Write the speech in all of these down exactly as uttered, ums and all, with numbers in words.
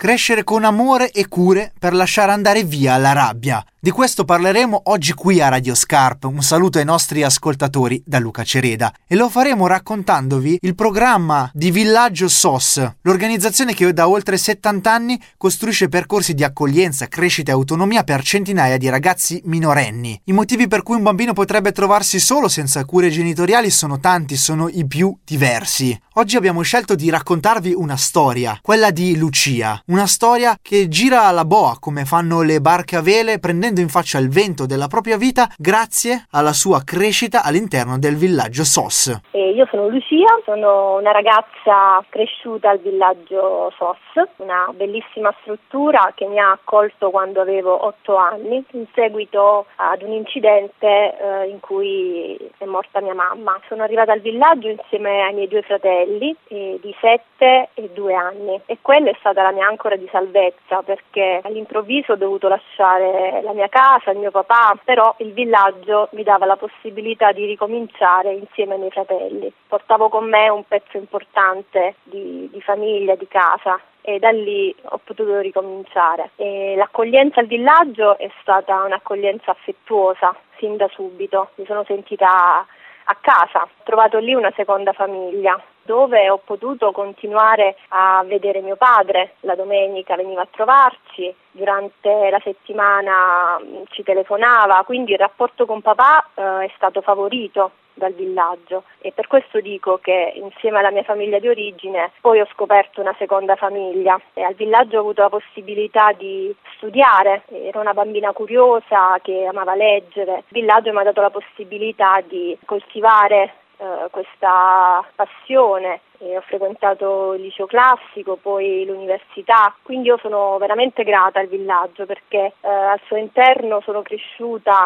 Crescere con amore e cure per lasciare andare via la rabbia. Di questo parleremo oggi qui a Radio Scarp. Un saluto ai nostri ascoltatori da Luca Cereda. E lo faremo raccontandovi il programma di Villaggio S O S, l'organizzazione che da oltre settanta anni costruisce percorsi di accoglienza, crescita e autonomia per centinaia di ragazzi minorenni. I motivi per cui un bambino potrebbe trovarsi solo senza cure genitoriali sono tanti, sono i più diversi. Oggi abbiamo scelto di raccontarvi una storia, quella di Lucia, una storia che gira alla boa come fanno le barche a vele, prendendo in faccia il vento della propria vita grazie alla sua crescita all'interno del villaggio S O S. E io sono Lucia, sono una ragazza cresciuta al villaggio S O S, una bellissima struttura che mi ha accolto quando avevo otto anni, in seguito ad un incidente eh, in cui è morta mia mamma. Sono arrivata al villaggio insieme ai miei due fratelli eh, di sette e due anni e quella è stata la mia ancora di salvezza, perché all'improvviso ho dovuto lasciare la mia casa, il mio papà, però il villaggio mi dava la possibilità di ricominciare insieme ai miei fratelli. Portavo con me un pezzo importante di, di famiglia, di casa, e da lì ho potuto ricominciare. E l'accoglienza al villaggio è stata un'accoglienza affettuosa sin da subito, mi sono sentita a casa, ho trovato lì una seconda famiglia dove ho potuto continuare a vedere mio padre. La domenica veniva a trovarci, durante la settimana ci telefonava, quindi il rapporto con papà eh, è stato favorito dal villaggio, e per questo dico che insieme alla mia famiglia di origine poi ho scoperto una seconda famiglia e al villaggio ho avuto la possibilità di studiare. Ero una bambina curiosa che amava leggere. Il villaggio mi ha dato la possibilità di coltivare Uh, questa passione e ho frequentato il liceo classico, poi l'università, quindi io sono veramente grata al villaggio perché uh, al suo interno sono cresciuta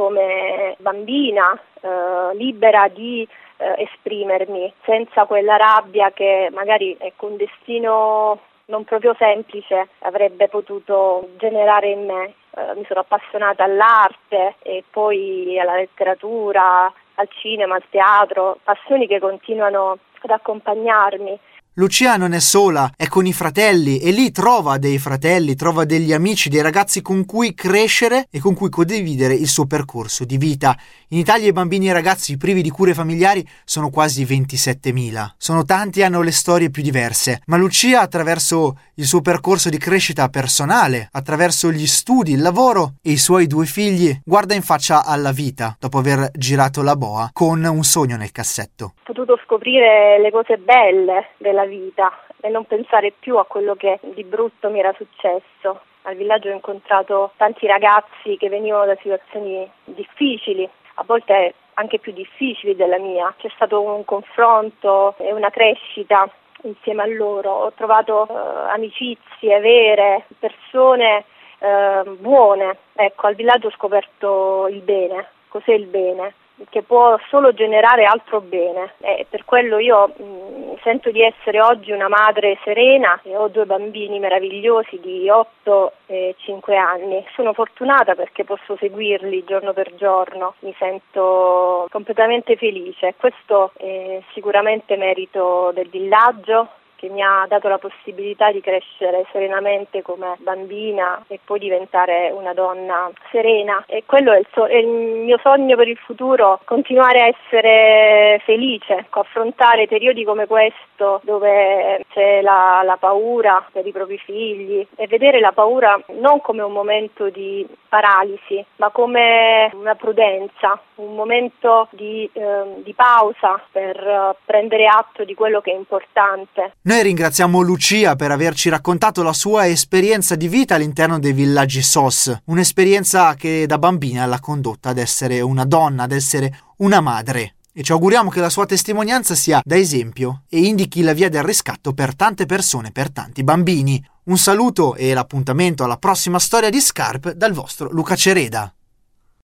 come bambina, uh, libera di uh, esprimermi senza quella rabbia che magari ecco, un destino non proprio semplice avrebbe potuto generare in me. Uh, mi sono appassionata all'arte e poi alla letteratura, al cinema, al teatro, passioni che continuano ad accompagnarmi. Lucia non è sola, è con i fratelli e lì trova dei fratelli, trova degli amici, dei ragazzi con cui crescere e con cui condividere il suo percorso di vita. In Italia i bambini e i ragazzi privi di cure familiari sono quasi ventisettemila. Sono tanti e hanno le storie più diverse, ma Lucia attraverso il suo percorso di crescita personale, attraverso gli studi, il lavoro e i suoi due figli, guarda in faccia alla vita dopo aver girato la boa con un sogno nel cassetto. Ho potuto scoprire le cose belle della vita e non pensare più a quello che di brutto mi era successo. Al villaggio ho incontrato tanti ragazzi che venivano da situazioni difficili, a volte anche più difficili della mia. C'è stato un confronto e una crescita insieme a loro. Ho trovato eh, amicizie vere, persone eh, buone. Ecco, al villaggio ho scoperto il bene. Cos'è il bene? Che può solo generare altro bene, e per quello io mh, sento di essere oggi una madre serena e ho due bambini meravigliosi di otto e cinque anni. Sono fortunata perché posso seguirli giorno per giorno, mi sento completamente felice. Questo è sicuramente merito del villaggio, che mi ha dato la possibilità di crescere serenamente come bambina e poi diventare una donna serena. E quello è il, so- è il mio sogno per il futuro, continuare a essere felice, affrontare periodi come questo dove c'è la, la paura per i propri figli e vedere la paura non come un momento di paralisi, ma come una prudenza, un momento di, eh, di pausa per uh, prendere atto di quello che è importante. Noi ringraziamo Lucia per averci raccontato la sua esperienza di vita all'interno dei villaggi S O S, un'esperienza che da bambina l'ha condotta ad essere una donna, ad essere una madre. E ci auguriamo che la sua testimonianza sia da esempio e indichi la via del riscatto per tante persone, per tanti bambini. Un saluto e l'appuntamento alla prossima storia di Scarp dal vostro Luca Cereda.